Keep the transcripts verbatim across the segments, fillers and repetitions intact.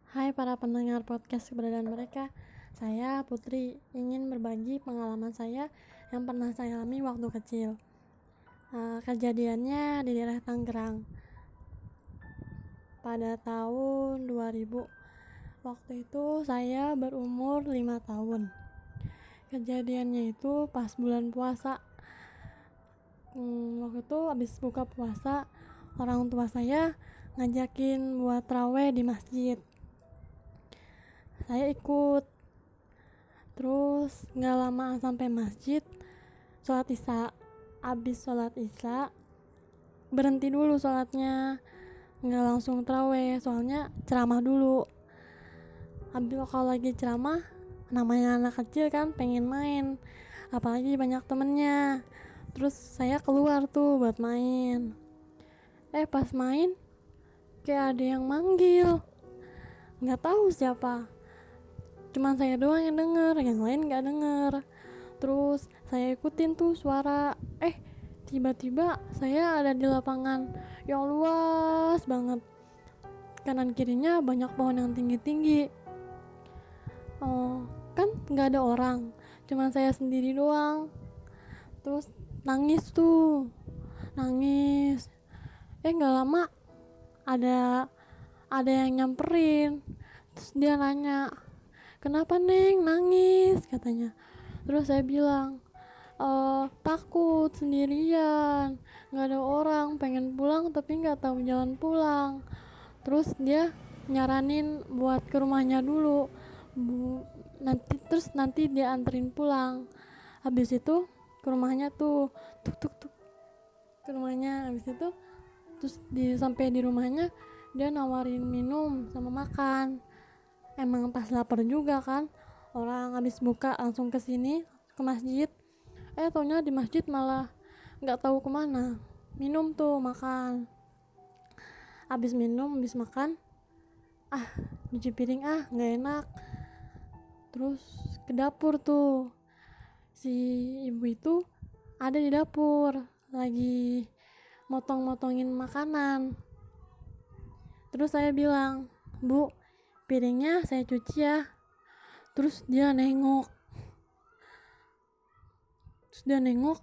Hai para pendengar podcast Keberadaan Mereka. Saya Putri, ingin berbagi pengalaman saya yang pernah saya alami waktu kecil. Uh, kejadiannya di daerah Tangerang pada tahun dua ribu. Waktu itu saya berumur lima tahun. Kejadiannya itu pas bulan puasa. Hmm, waktu itu habis buka puasa, orang tua saya ngajakin buat raweh di masjid. Saya ikut. Terus nggak lama sampai masjid, sholat isya. Abis sholat isya berhenti dulu sholatnya, nggak langsung taraweh, soalnya ceramah dulu. Abis kalau lagi ceramah, namanya anak kecil kan pengen main, apalagi banyak temennya. Terus saya keluar tuh buat main. Eh pas main kayak ada yang manggil, nggak tahu siapa. Cuman saya doang yang denger, yang lain nggak denger. Terus saya ikutin tuh suara. Eh tiba-tiba saya ada di lapangan yang luas banget. Kanan kirinya banyak pohon yang tinggi-tinggi. Oh kan nggak ada orang, cuman saya sendiri doang. Terus nangis tuh, nangis. Eh nggak lama ada ada yang nyamperin. Terus dia nanya, kenapa Neng nangis, katanya. Terus saya bilang, e, takut sendirian, nggak ada orang, pengen pulang tapi nggak tahu jalan pulang. Terus dia nyaranin buat ke rumahnya dulu, bu, nanti terus nanti dia anterin pulang. Habis itu ke rumahnya tuh, tuk tuk tuk ke rumahnya. Habis itu terus di sampai di rumahnya dia nawarin minum sama makan. Emang pas lapar juga kan, orang habis buka langsung ke sini ke masjid. Eh taunya di masjid malah nggak tahu kemana. Minum tuh, makan. Habis minum, habis makan, ah nyuci piring ah nggak enak. Terus ke dapur tuh, si ibu itu ada di dapur lagi motong-motongin makanan. Terus saya bilang, Bu, piringnya saya cuci ya. Terus dia nengok, terus dia nengok,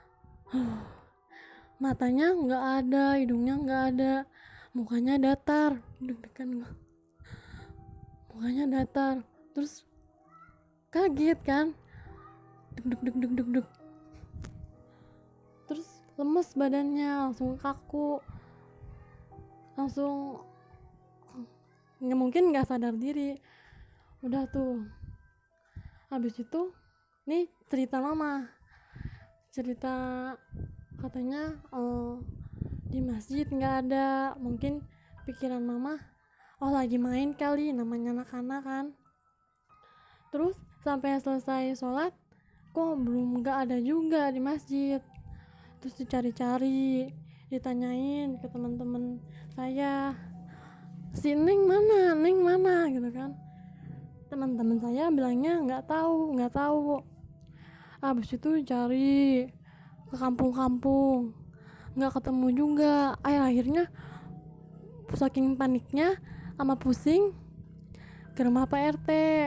matanya nggak ada, hidungnya nggak ada, mukanya datar. Deg-degan gua, mukanya datar. Terus kaget kan, deg deg deg deg deg deg. Terus lemes badannya, langsung kaku, langsung nggak mungkin nggak sadar diri. Udah tuh, habis itu nih cerita mama, cerita katanya oh, di masjid nggak ada. Mungkin pikiran mama, oh lagi main kali, namanya anak-anak kan. Terus sampai selesai sholat, kok belum nggak ada juga di masjid. Terus dicari-cari, ditanyain ke teman-teman saya, si Neng mana, Neng mana, gitu kan. Teman-teman saya bilangnya nggak tahu, nggak tahu. Habis itu cari ke kampung-kampung, nggak ketemu juga. Eh akhirnya saking paniknya sama pusing, ke rumah Pak R T,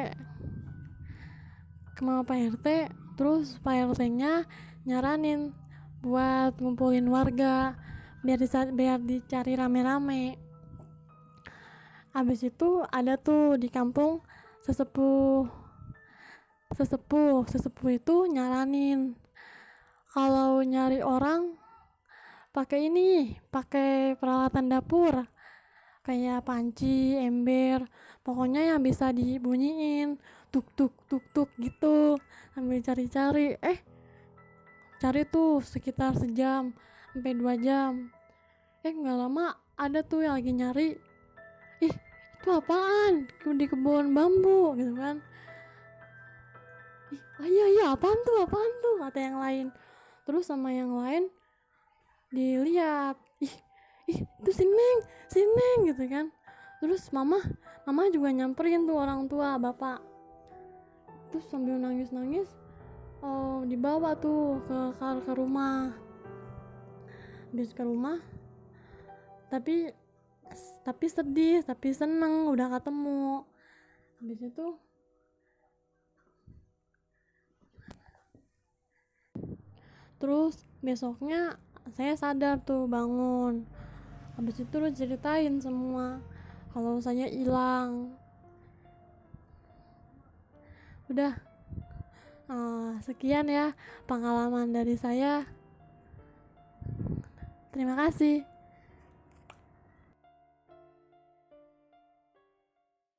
ke rumah Pak R T. Terus Pak R T-nya nyaranin buat ngumpulin warga biar disa- biar dicari rame-rame. Habis itu ada tuh di kampung sesepuh sesepuh sesepuh itu nyaranin kalau nyari orang pakai ini, pakai peralatan dapur kayak panci, ember, pokoknya yang bisa dibunyiin tuk tuk tuk tuk gitu sambil cari-cari. Eh cari tuh sekitar sejam sampai dua jam. Eh nggak lama ada tuh yang lagi nyari. Ih itu apaan, di kebun bambu gitu kan. Ih ah, iya iya apaan tuh apaan tuh kata yang lain. Terus sama yang lain dilihat, ih ih itu si Neng, si Neng gitu kan. Terus mama mama juga nyamperin tuh orang tua bapak. Terus sambil nangis-nangis, oh dibawa tuh ke ke, ke rumah. Habis ke rumah, tapi tapi sedih, tapi seneng udah ketemu. Habis itu terus besoknya saya sadar tuh bangun. Habis itu lu ceritain semua kalau saya hilang. Udah, uh, sekian ya pengalaman dari saya. Terima kasih.